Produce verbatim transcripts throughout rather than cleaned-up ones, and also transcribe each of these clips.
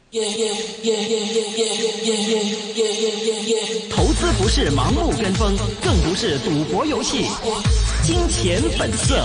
投资不是盲目跟风，更不是赌博游戏。金钱本色。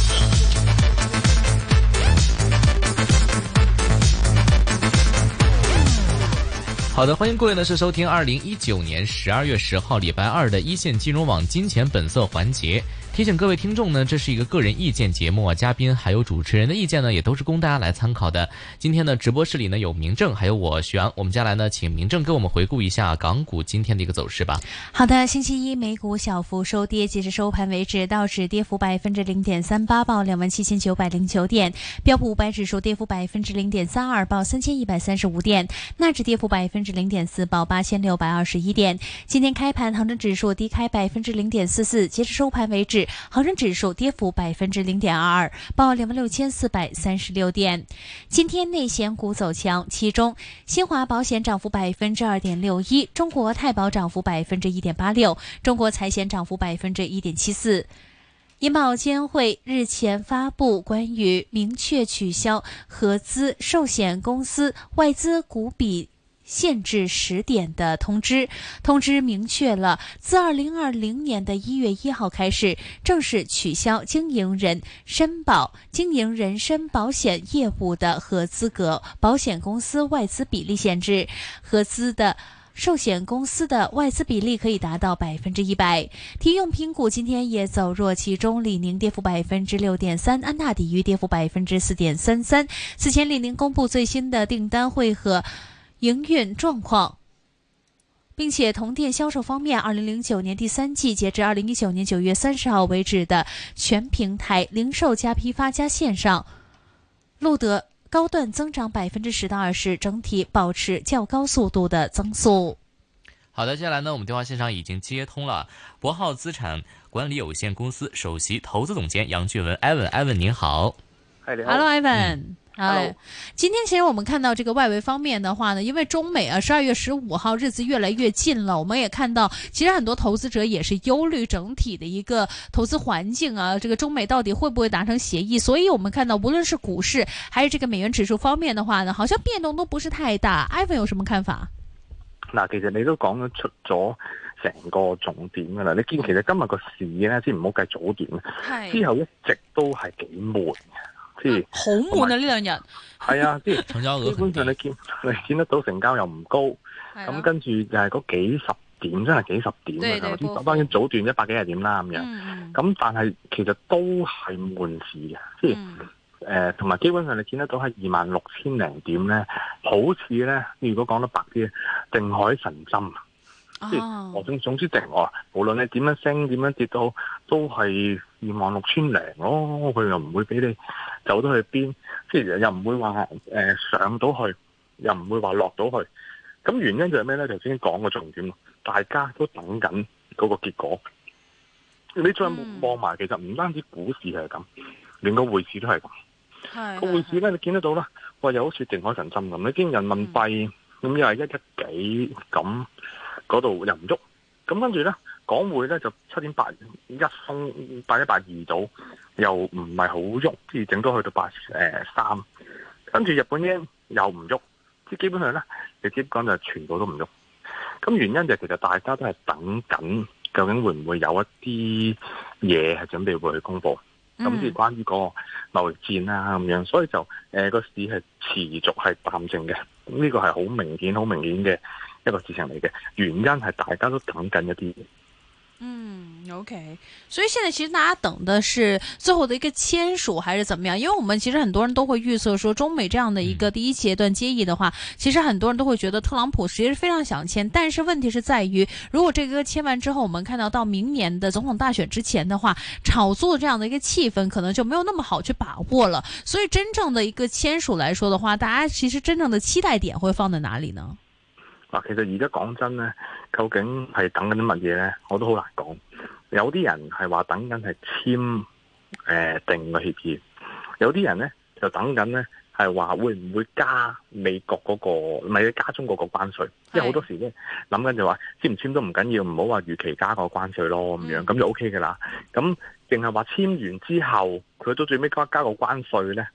好的，欢迎各位呢是收听二零一九年十二月十号礼拜二的一线金融网金钱本色环节。提醒各位听众呢，这是一个个人意见节目啊，嘉宾还有主持人的意见呢，也都是供大家来参考的。今天呢，直播室里呢有明正，还有我徐阳，我们接下来呢，请明正给我们回顾一下港股今天的一个走势吧。 好的，星期一美股小幅收跌，截至收盘为止，道指跌幅百分之零点三八，报两万七千九百零九点；标普五百指数跌幅百分之零点三二，报三千一百三十五点；纳指跌幅百分之零点四，报八千六百二十一点。今天开盘，恒生指数低开百分之零点四四，截至收盘为止，恒生指数跌幅百分之零点二二，报两万六千四百三十六点。今天内险股走强，其中新华保险涨幅百分之二点六一，中国太保涨幅百分之一点八六，中国财险涨幅百分之一点七四。银保监会日前发布关于明确取消合资寿险公司外资股比限制时点的通知，通知明确了自二零二零年的一月一号开始，正式取消经营人申保经营人身保险业务的合资格保险公司外资比例限制，合资的寿险公司的外资比例可以达到百分之一百。体育用品股今天也走弱，其中李宁跌幅百分之六点三，安踏体育跌幅百分之四点三三。此前李宁公布最新的订单会和营运状况，并且同店销售方面，二零零九年第三季截至二零一九年九月三十号为止的全平台零售加批发加线上录得高段增长百分之十到二十，整体保持较高速度的增速。 好的，接下来呢，我们电话线上已经接通了博浩资产管理有限公司首席投资总监杨俊文 ，Ivan，Ivan 您好。 嗨，你好。 Hello Ivan。 嗯哎，今天其实我们看到这个外围方面的话呢，因为中美啊十二月十五号日子越来越近了，我们也看到其实很多投资者也是忧虑整体的一个投资环境啊，这个中美到底会不会达成协议，所以我们看到无论是股市还是这个美元指数方面的話呢，好像變動都不是太大。Ivan 有什麼看法？ 嗱，其實你都講咗出咗成個重點㗎啦。你見其實今日個市咧，先唔好計早段，之後一直都係幾悶嘅。即係好悶啊！呢兩日係啊，即係成交額基本上你見你見得到成交又唔高，咁跟住就係嗰幾十點，真係幾十點嘅。咁當然早段一百幾十點啦咁樣，咁、嗯、但係其實都係悶市嘅，即係誒同埋基本上你見得到係二萬六千零點咧，好似咧，如果講得白啲，定海神針。即係我總總之定我，無論你點樣升點樣跌到，都係二萬六千零咯。佢又唔會俾你走到去邊，即係又唔會話誒、呃、上到去，又唔會話落到去。咁原因就係咩咧？頭先講個重點，大家都等緊嗰個結果。你再望埋，其實唔單止股市係咁，連個匯市都係咁。個匯市咧，你見得到啦，哇！又好似定海神針咁。你見人民幣咁又係一一幾咁。嗰度又唔喐，咁跟住咧，港匯咧就七點八一升，八一八二度，又唔係好喐，即係整多去到八誒三，跟住日本yen又唔喐，即係基本上咧，直接講就係全部都唔喐。咁原因就其實大家都係等緊，究竟會唔會有一啲嘢係準備會去公佈，咁即係關於個貿易戰啊咁樣，所以就誒個、呃、市係持續係淡靜嘅，咁呢個係好明顯、好明顯嘅一個事情嚟嘅，原因係大家都等緊一啲。 嗯 ，OK， 所以現在其實大家等的是最後的一個簽署，還是怎麼樣？因為我們其實很多人都會預測說，中美這樣的一個第一階段接議的話，其實很多人都會覺得特朗普其實非常想簽，但是問題是在於，如果這個簽完之後，我們看到到明年的總統大選之前的話，炒作這樣的一個氣氛可能就沒有那麼好去把握了。所以真正的一個簽署來說的話，大家其實真正的期待點會放在哪裡呢？ 嗱，其實而家講真咧，究竟係等緊啲乜嘢咧？我都好難講。有啲人係話等緊係簽誒定個協議，有啲人咧就等緊咧係話會唔會加美國嗰、嗰個，唔係加中國個關稅。因為好多時咧諗緊就話簽唔簽都唔緊要，唔好話預期加個關稅咯咁樣，咁就 O K 㗎啦。咁淨係話簽完之後，佢到最尾加加個關稅咧，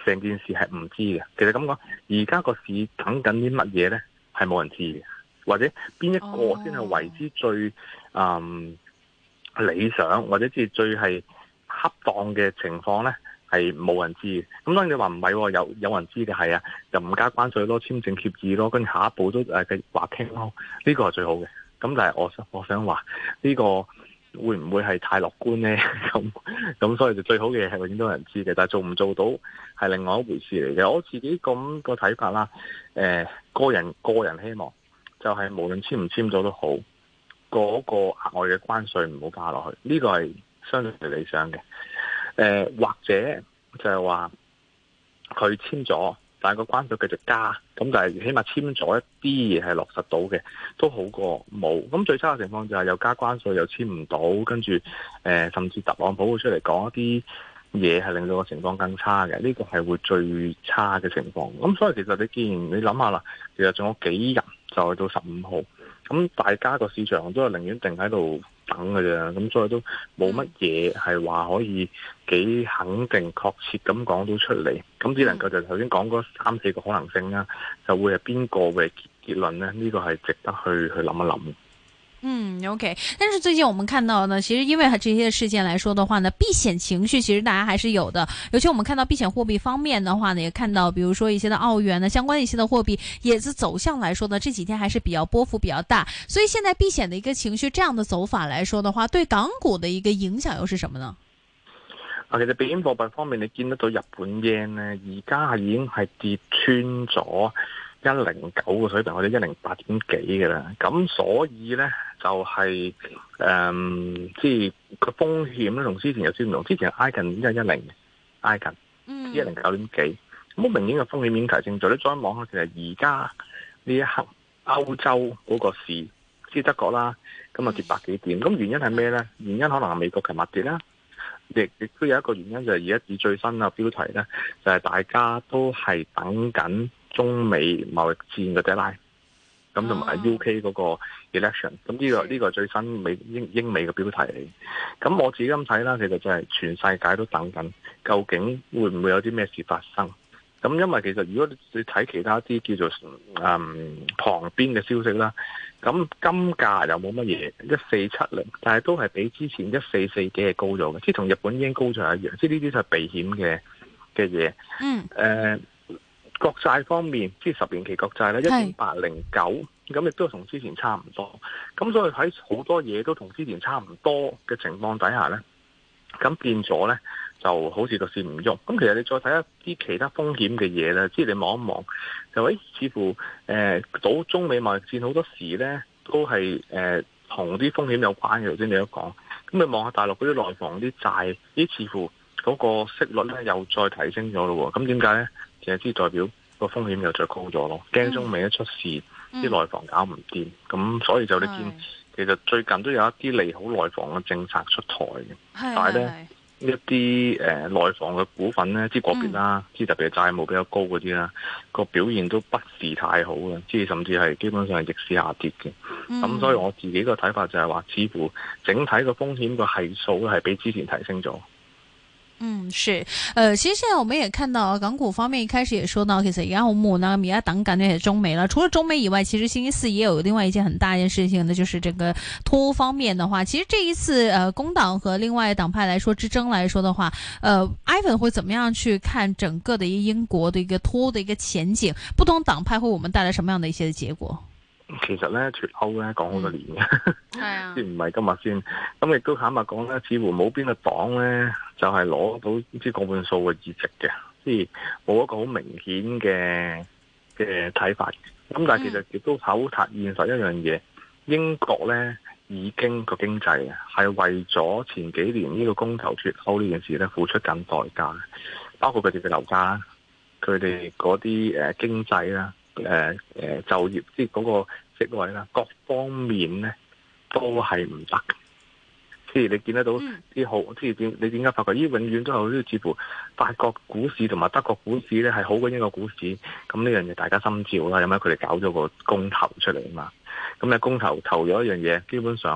成件事係唔知嘅。其實咁講，而家個市等緊啲乜嘢咧，係冇人知嘅，或者邊一個先係為之最、哦、嗯理想，或者即係最係恰當嘅情況咧，係冇人知嘅。咁當然你話唔係，有有人知嘅係啊，就唔加關稅咯，簽訂協議咯，跟住下一步都誒繼續話傾咯，呢個係最好嘅。咁但係我想我想話呢個會唔會係太樂觀咧？咁咁所以就最好嘅嘢係永遠都有人知嘅，但係做唔做到係另外一回事嚟嘅。我自己咁個睇法啦，誒、呃、個人個人希望就係無論簽唔簽咗都好，嗰、那個額外嘅關稅唔好加落去，呢、這個係相對理想嘅。誒、呃、或者就係話佢簽咗，但係個關稅繼續加，咁但係起碼簽咗一啲嘢係落實到嘅，都好過冇。咁最差嘅情況就係又加關稅又簽唔到，跟住誒甚至特朗普會出嚟講一啲嘢係令到個情況更差嘅，呢個係會最差嘅情況。咁所以其實你既然你諗下啦，其實仲有幾日就去到十五號，咁大家個市場都係寧願定喺度等嘅啫，咁所以都冇乜嘢係話可以幾肯定確切咁講到出嚟，咁只能夠就頭先講嗰三四個可能性啦，就會係邊個嘅結論呢？呢個係值得去去諗一諗。 嗯 ，OK， 但是最近我們看到呢，其實因為這些事件來說的話呢，避險情緒其實大家還是有的。尤其我們看到避險貨幣方面的話呢，也看到，比如說一些的澳元呢，相關一些的貨幣也是走向來說呢，這幾天還是比較波幅比較大。所以現在避險的一個情緒，這樣的走法來說的話，對港股的一個影響又是什麼呢？ 啊，其實避險貨幣方面，你見得到日本 yen 呢，而家係已經係跌穿咗一零九嘅水平或者一零八點幾嘅啦，咁所以咧就係、是、誒，即係個風險咧同之前有啲唔同，之前挨近一一零，挨近一零九點幾，咁好明顯嘅風險已經提升咗。你再望下，其實而家呢一刻歐洲嗰個市，即係德國啦，咁啊跌百幾點，咁原因係咩咧？原因可能係美國琴日跌啦，亦亦都有一個原因就係而家以最新嘅標題咧，就係、是、大家都係等緊中美貿易戰嘅 deadline，咁同埋 U K 嗰個 election，咁呢、這個呢、這個最新美英英美嘅標題嚟。咁我自己咁睇啦，其實就係全世界都等緊，究竟會唔會有啲咩事發生？咁因為其實如果你睇其他啲叫做嗯旁邊嘅消息啦，咁金價又冇乜嘢一四七零，但係都係比之前一四四幾係高咗嘅，即係同日本已經高咗一樣，即係呢啲就係避險嘅嘅嘢。嗯，誒、呃。國債方面，即係十年期國債咧，一點八零九，咁亦都同之前差唔多。咁所以喺好多嘢都同之前差唔多嘅情況底下咧，咁變咗咧就好似個市唔喐。咁其實你再睇一啲其他風險嘅嘢咧，即係你望一望，就誒似乎誒早、呃、中美貿易戰好多時咧都係誒同啲風險有關嘅。頭先你都講，咁你望下大陸嗰啲內房啲債，啲似乎嗰個息率咧又再提升咗咯喎。咁點解咧？其實之代表個風險又再高咗咯，驚中美一出事，啲、嗯、內房搞唔掂，咁、嗯、所以就你見，其實最近都有一啲利好內房嘅政策出台嘅，但係咧一啲誒內房嘅股份咧，即係個別啦，即、嗯、係特別係債務比較高嗰啲啦，個表現都不是太好嘅，即係甚至係基本上係逆市下跌嘅。咁、嗯、所以我自己個睇法就係話，似乎整體個風險個係數係比之前提升咗。 嗯，是，呃，其實現在我們也看到港股方面一開始也說到，其實而家好悶啦，而家等緊嘅係中美啦。除了中美以外，其實星期四也有另外一件很大一件事情呢，就是這個脫歐方面的話，其實這一次呃工黨和另外黨派來說之爭來說的話，呃 Ivan 會怎麼樣去看整個的一個英國的一個脫歐的一個前景？不同黨派會我們帶來什麼樣的一些的結果？ 其實咧脫歐咧講好多年嘅，即係唔係今日先。咁亦都坦白講咧，似乎冇邊個黨咧就係、是、攞到唔知過半數嘅議席嘅，即係冇一個好明顯嘅嘅睇法。咁但係其實亦都口塔現實一樣嘢，英國咧已經個經濟啊係為咗前幾年呢個公投脫歐呢件事咧付出緊代價，包括佢哋嘅樓價啦，佢哋嗰啲誒經濟啦。誒、呃、誒，就業即係嗰個職位啦，各方面咧都係唔得。即係你見得到啲好，即係點？你點解發覺咦？永遠都係呢？似乎法國股市同埋德國股市咧係好過英國股市。咁呢樣嘢大家心照啦。因為佢哋搞咗個公投出嚟啊嘛。咁咧公投投咗一樣嘢，基本上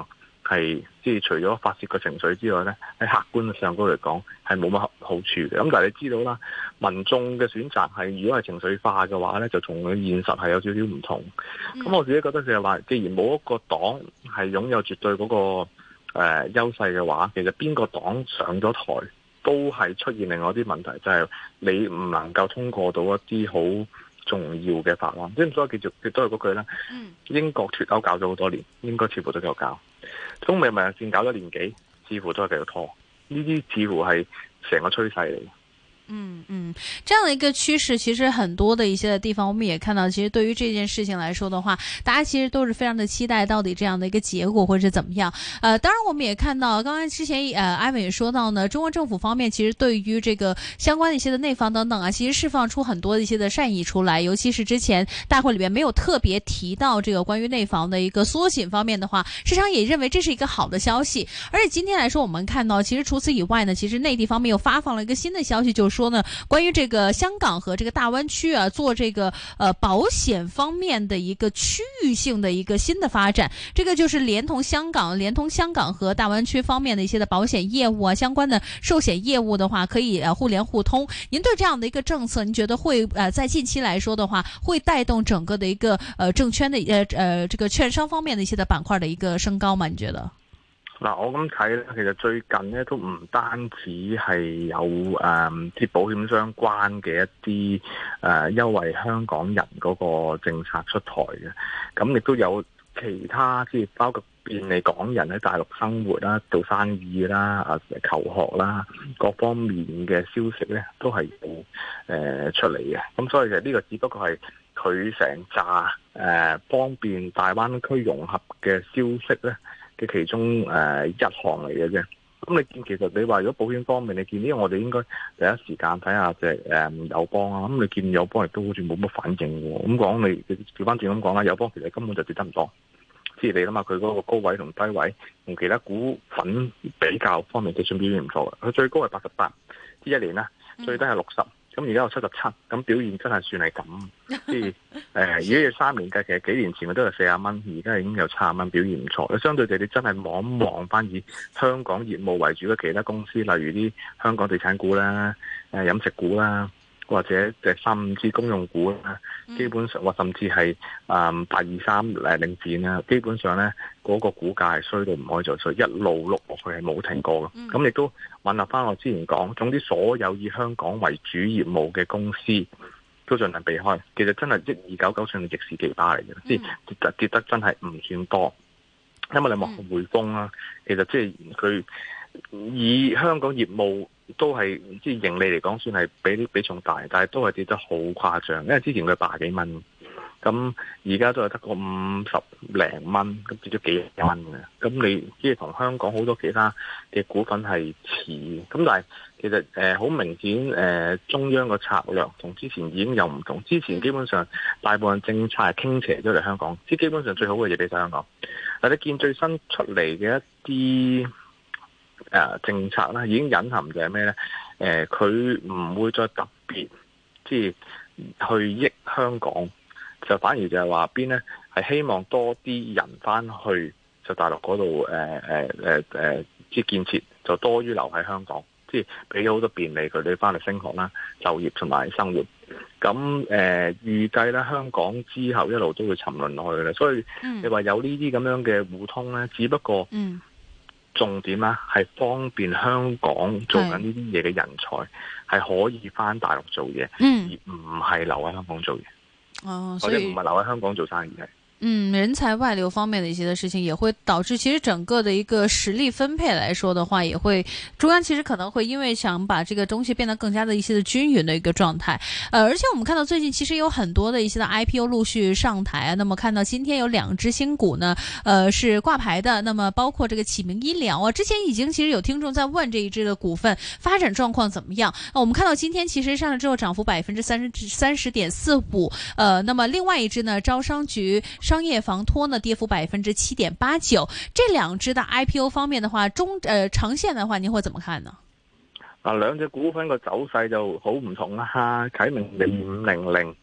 係即係除咗發泄個情緒之外咧，喺客觀上高嚟講係冇乜好處嘅。咁但係你知道啦，民眾嘅選擇係如果係情緒化嘅話咧，就同佢現實係有少少唔同。咁、嗯、我自己覺得就係話，既然冇一個黨係擁有絕對嗰、那個誒、呃、優勢嘅話，其實邊個黨上咗台都係出現另外一啲問題，就係、是、你唔能夠通過到一啲好重要嘅法案。即係所以繼續亦都係嗰句啦。英國脫歐搞咗好多年，應該似乎都繼續搞。中美貿易戰搞咗年幾，似乎都係繼續拖。呢啲似乎係成個趨勢嚟。 嗯嗯，這樣的一個趨勢，其實很多的一些的地方，我們也看到，其實對於這件事情來說的話，大家其實都是非常的期待到底這樣的一個結果或者是怎麼樣。呃，當然我們也看到，剛剛之前呃Ivan也說到呢，中國政府方面其實對於這個相關的一些的內房等等啊，其實釋放出很多的一些的善意出來，尤其是之前大會裏面沒有特別提到這個關於內房的一個縮緊方面的話，市場也認為這是一個好的消息。而且今天來說，我們看到，其實除此以外呢，其實內地方面又發放了一個新的消息，就是說呢，關於這個香港和這個大灣區啊，做這個呃保險方面的一個區域性的一個新的發展，這個就是連同香港、連同香港和大灣區方面的一些的保險業務啊，相關的壽險業務的話，可以呃互聯互通。您對這樣的一個政策，您覺得會呃在近期來說的話，會帶動整個的一個呃證券的呃呃這個券商方面的一些的板塊的一個升高嗎？你覺得？ 嗱，我咁睇咧，其實最近咧都唔單止係有誒啲、嗯、保險相關嘅一啲誒優惠香港人嗰個政策出台嘅，咁亦都有其他即係包括便利港人喺大陸生活啦、做生意啦、啊求學啦各方面嘅消息咧，都係有誒、呃、出嚟嘅。咁所以其實呢個只不過係佢成紮誒方便大灣區融合嘅消息咧嘅其中誒、呃、一項嚟嘅啫。咁你見其實你話如果保險方面，你見呢個我哋應該第一時間睇下隻誒友邦啊。咁你見友邦亦都好似冇乜反應喎。咁講你調翻轉咁講啦，友邦其實根本就跌得唔多。即係你諗下佢嗰個高位同低位同其他股份比較方面，基本表現唔錯嘅。佢最高係八十八，呢一年啦，最低係六十。咁而家有七十七，咁表現真係算係咁。即係誒，如果要三年計，其實幾年前佢都係四十蚊，而家已經有七十蚊，表現唔錯。相對地，你真係望一望翻以香港業務為主嘅其他公司，例如啲香港地產股啦、誒飲食股啦，或者即係三五支公用股啦，基本上或甚至係誒八二三誒領展啦，基本上咧嗰、那個股價係衰到唔可以再衰，一路碌落去係冇停過嘅。咁亦、嗯、都混合翻我之前講，總之所有以香港為主業務嘅公司都盡量避開。其實真係一二九九算係逆市奇葩嚟嘅，即係、嗯、跌得跌得真係唔算多。因為你望匯豐啦，其實即係佢以香港業務都係即係盈利嚟講，算係比比重大，但係都係跌得好誇張。因為之前佢百幾蚊，咁而家都係得個五十零蚊，咁跌咗幾蚊嘅。咁你即係同香港好多其他嘅股份係似，咁但係其實誒好、呃、明顯誒、呃、中央個策略同之前已經有唔同。之前基本上大部分政策係傾斜咗嚟香港，即係基本上最好嘅嘢俾晒香港。但你見最新出嚟嘅一啲誒、呃、政策咧，已經隱含就係咩咧？誒、呃，佢唔會再特別即係去益香港，就反而就係話邊咧係希望多啲人翻去就大陸嗰度誒誒誒誒即係建設，就多於留喺香港，即係俾咗好多便利佢哋翻嚟升學啦、就業同埋生活。咁誒、呃、預計咧香港之後一路都會沉淪落去嘅，所以你話有呢啲咁樣嘅互通咧，只不過重點啦係方便香港做緊呢啲嘢嘅人才係可以翻大陸做嘢，嗯、而唔係留喺香港做嘢。哦，所以唔係留喺香港做生意係。 嗯，人才外流方面的一些的事情，也會導致其實整個的一個實力分配來說的話，也會中央其實可能會因為想把這個東西變得更加的一些的均勻的一個狀態。呃，而且我們看到最近其實有很多的一些的 I P O 陸續上台啊。那麼看到今天有兩隻新股呢，呃，是掛牌的。那麼包括這個啟明醫療啊，之前已經其實有聽眾在問這一隻的股份發展狀況怎麼樣。呃、我們看到今天其實上市之後漲幅百分之三十三十點四五。呃，那麼另外一隻呢，招商局商業房託呢，跌幅百分之七點八九。這兩隻的 I P O 方面的話，中呃長線的話，您會怎麼看呢？ 啊，兩隻股份個走勢就好唔同啦。哈，啟明零五零零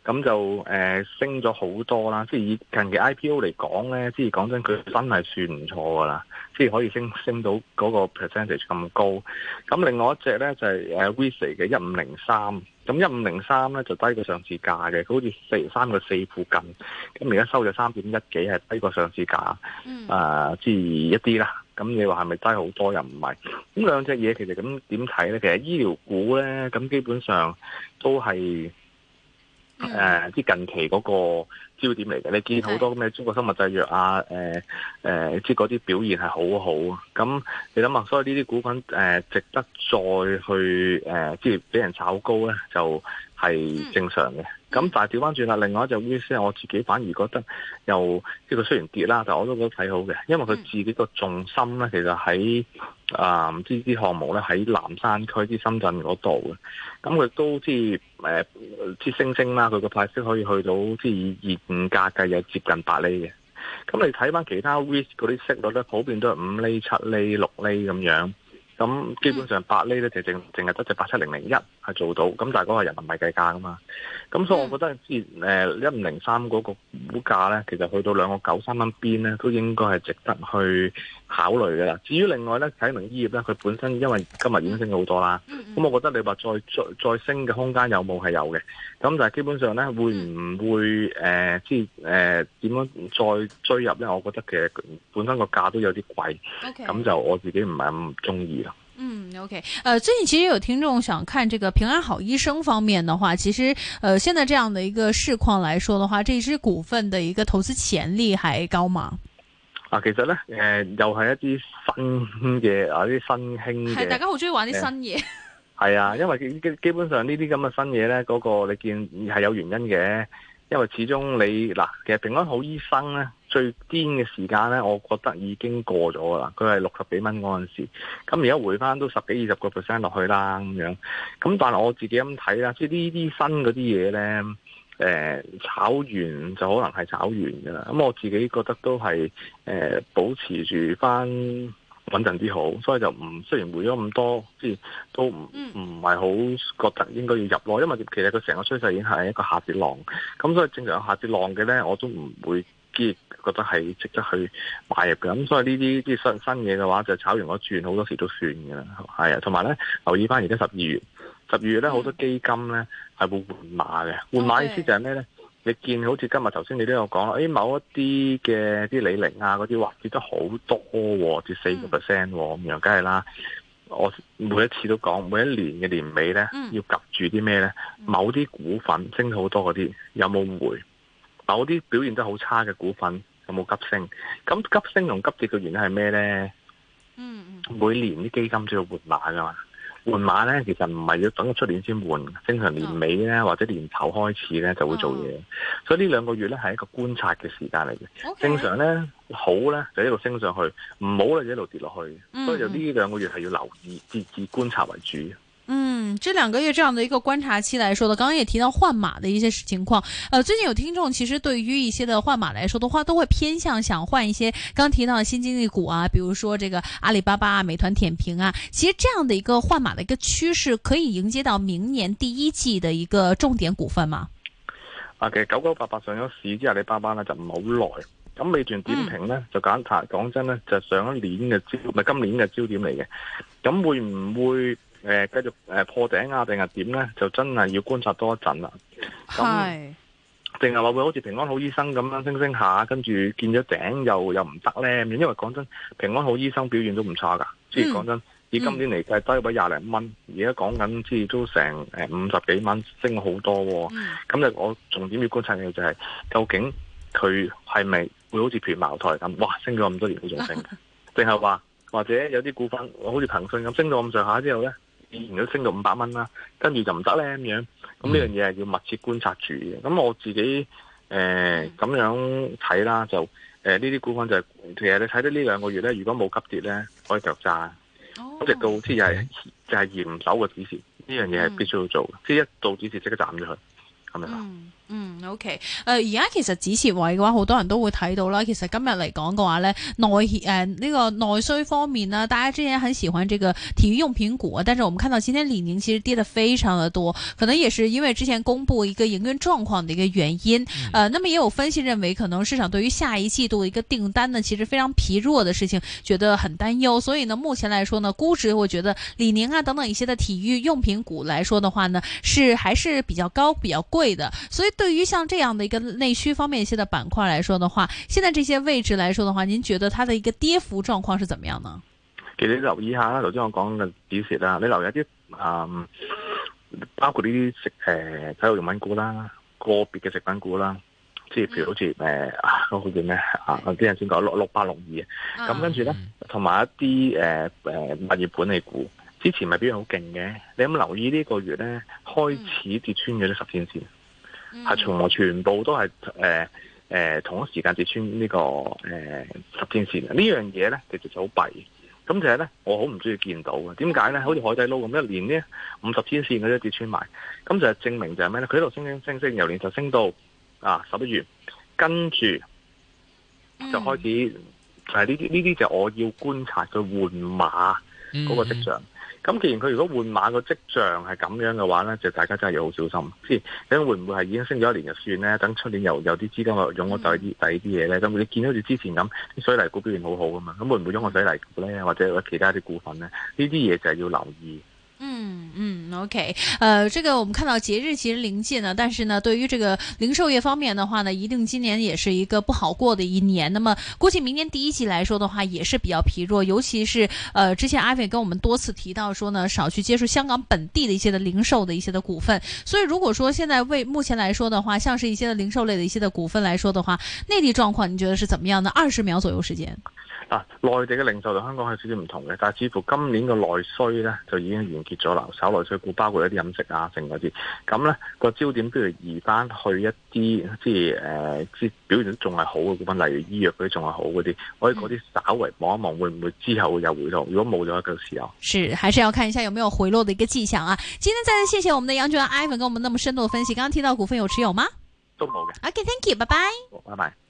咁就誒、呃、升咗好多啦。即係以近期 I P O 嚟講咧，即係講真，佢真係算唔錯噶啦，即係可以升升到嗰個 percentage 咁高。咁另外一隻咧就係誒 Visa 嘅一五零三。咁一五零三咧就低過上市價嘅，佢好似四三個四附近，咁而家收咗三點一幾，係低過上市價，嗯、呃，即係一啲啦。咁你話係咪低好多又唔係？咁兩隻嘢其實咁點睇咧？其實醫療股咧，咁基本上都係誒，即、呃、係近期嗰個焦點嚟嘅。你見好多咩中國生物製藥啊，誒、呃、誒、呃，即係嗰啲表現係好好。咁你諗下，所以呢啲股份誒、呃，值得再去誒、呃，即係俾人炒高咧，就係、是、正常嘅。咁、嗯、但係調翻轉啦，另外一隻 V C， 我自己反而覺得又即係佢雖然跌啦，但係我都覺得睇好嘅，因為佢自己個重心咧，其實喺啊唔知啲項目咧喺南山區啲深圳嗰度嘅，咁佢都即係誒即係升升啦，佢個派息可以去到即係以現價計有接近八厘嘅。咁你睇翻其他 V C 嗰啲息率咧，普遍都係五厘、七厘、六厘咁樣。咁基本上八厘咧就淨淨係得隻八七零零一係做到，咁但係嗰個人民幣計價噶嘛，咁所以我覺得之前誒一五零三嗰個股價咧，其實去到兩個九三蚊邊咧，都應該係值得去考慮嘅啦。至於另外咧，啟明醫業咧，佢本身因為今日已經升咗好多啦，咁我覺得你話再再再升嘅空間有冇係有嘅，咁但係基本上咧會唔會誒即係誒點樣再追入咧？我覺得其實本身個價都有啲貴，咁、okay. 就我自己唔係咁中意啦。 嗯 ，OK， 呃，最近其實有聽眾想看這個平安好醫生方面的話，其實呃現在這樣的一個市況來說的話，這支股份的一個投資潛力還高嗎？ 啊，其實咧，誒、呃，又係一啲新嘅啊，啲新興嘅， 係大家好中意玩啲新嘢。係、 呃、啊，因為基基本上呢啲咁嘅新嘢咧，嗰、那個你見係有原因嘅，因為始終你嗱，其實平安好醫生咧。最癲嘅時間咧，我覺得已經過咗噶啦。佢係六十幾蚊嗰陣時，咁而家回翻都十幾二十個 percent 落去啦咁樣。咁但係我自己咁睇啦，即係呢啲新嗰啲嘢咧，誒、呃、炒完就可能係炒完噶啦。咁我自己覺得都係誒、呃、保持住翻穩陣啲好，所以就唔雖然回咗咁多，即係都唔唔係好覺得應該要入咯。因為其實佢成個趨勢已經係一個下跌浪，咁所以正常有下跌浪嘅咧，我都唔會。覺得係值得去買入嘅，咁所以呢啲啲新新嘢嘅話，就炒完嗰轉好多時都算嘅啦，係啊，同埋咧留意翻而家十二月，十二月咧好多基金咧係會換馬嘅，換馬意思就係咩咧？你見好似今日頭先你都有講啦，誒某一啲嘅啲李寧啊嗰啲，哇跌得好多喎，跌四個 percent 咁樣，梗係啦。我每一次都講，每一年嘅年尾咧要夾住啲咩咧？某啲股份升好多嗰啲有冇回？某啲表現得好差嘅股份有冇急升？咁急升同急跌嘅原因係咩咧？嗯，每年啲基金都要換馬噶嘛，換馬咧其實唔係要等到出年先換，正常年尾咧、oh. 或者年頭開始咧就會做嘢，oh. 所以呢兩個月咧係一個觀察嘅時間嚟嘅。Okay. 正常咧好咧就一路升上去，唔好咧就一路跌落去，mm. 所以就呢兩個月係要留意，以以觀察為主。 嗯，這兩個月這樣的一個觀察期來說的，剛剛也提到換馬的一些情況。呃，最近有聽眾其實對於一些的換馬來說的話，都會偏向想換一些剛提到的新經濟股啊，比如說這個阿里巴巴啊、美團點評啊。其實這樣的一個換馬的一個趨勢，可以迎接到明年第一季的一個重點股份嗎？ 啊，其實九九八八上咗市之後，阿里巴巴呢就唔係好耐。咁美團點評呢，嗯、就簡單講真呢，就上一年嘅焦，唔係今年嘅焦點嚟嘅。咁會唔會？誒、呃，繼續誒、呃、破頂啊，定係點咧？就真係要觀察多一陣啦。係，定係話會好似平安好醫生咁樣升升下，跟住見咗頂又又唔得咧？因為講真，平安好醫生表現都唔差噶。即係講真，以今年嚟計低位廿零蚊，而家講緊即係都成誒五十幾蚊，升咗好多。咁、嗯、就我重點要觀察嘅就係、是，究竟佢係咪會好似譬如茅台咁，哇，升咗咁多年都仲升？定係話或者有啲股份，好似騰訊咁升到咁上下之後咧？以前都升到五百蚊啦，跟住就唔得咧咁樣，咁呢樣嘢係要密切觀察住嘅。咁我自己誒咁、呃、樣睇啦，就誒呢啲股份就係、是、其實你睇到呢兩個月咧，如果冇急跌咧，可以腳揸。咁、oh. 直到即係就係嚴守個指示，呢樣嘢係必須要做嘅，即、嗯、係一到指示即刻斬咗佢，係咪啊？ 嗯 ，OK， 誒、呃，而家其實止蝕位嘅話，好多人都會睇到啦。其實今日嚟講嘅話咧，內誒呢個內需方面呢，大家之前很喜歡這個體育用品股啊，但是我們看到今天李寧其實跌得非常的多，可能也是因為之前公布一個營運狀況的一個原因。嗯、呃，那麼也有分析認為，可能市場對於下一季度的一個訂單呢，其實非常疲弱的事情，覺得很擔憂。所以呢，目前來說呢，估值我覺得李寧啊等等一些的體育用品股來說的話呢，是還是比較高、比較貴的。所以對於像這樣的一個內需方面一些的板塊來說的話，現在這些位置來說的話，您覺得它的一個跌幅狀況是怎麼樣呢？ 其實你留意下啦，頭先我講嘅止蝕啦，你留意一啲啊、嗯，包括呢啲食誒體育用品股啦，個別嘅食品股啦，即係譬如好似誒啊嗰個叫咩啊？我啲人先講六六八六二，咁跟住咧，同埋一啲誒誒物業管理股，之前咪表現好勁嘅，你有冇留意呢個月咧開始跌穿咗啲十天線？係從來全部都係誒誒同一時間跌穿呢、這個誒、呃、十天線嘅呢樣嘢咧，其實就好弊。咁就係咧，我好唔中意見到嘅。點解咧？好似海底撈咁，一年呢五十天線佢都跌穿埋，咁就係證明就係咩咧？佢喺度升升升升，由年頭升到啊十一月，跟住就開始就係呢啲呢啲就我要觀察佢換馬嗰個跡象。嗯咁既然佢如果換馬個跡象係咁樣嘅話咧，就大家真係要好小心。即係咁會唔會係已經升咗一年就算咧？等出年又有啲資金用咗第二啲第二啲嘢咧，咁你見到好似之前咁啲水泥股表現好好噶嘛？咁會唔會用個水泥股咧，或者其他啲股份咧？呢啲嘢就係要留意。 嗯嗯 ，OK， 呃，這個我們看到節日其實臨近呢，但是呢，對於這個零售業方面的話呢，一定今年也是一個不好過的一年。那麼估計明年第一季來說的話，也是比較疲弱，尤其是呃，之前 Ivan 跟我們多次提到說呢，少去接觸香港本地的一些的零售的一些的股份。所以如果說現在為目前來說的話，像是一些的零售類的一些的股份來說的話，內地狀況你覺得是怎麼樣呢？二十秒左右時間。 啊，內地嘅零售同香港係少少唔同嘅，但係似乎今年嘅內需咧就已經完結咗啦。稍內需股包括一啲飲食啊，剩嗰啲，咁咧個焦點不如移翻去一啲即係誒，即係表現得仲係好嘅股份，例如醫藥嗰啲仲係好嗰啲，我哋嗰啲稍微望一望，會唔會之後會有回落？如果冇咗一個時候， 是還是要看一下有沒有回落的一個跡象啊。今天再次謝謝我們的楊俊文 Ivan 跟我們那麼深度的分析。剛剛提到股份有持有嗎？ 都冇嘅。 OK，Thank you，拜拜。 拜拜。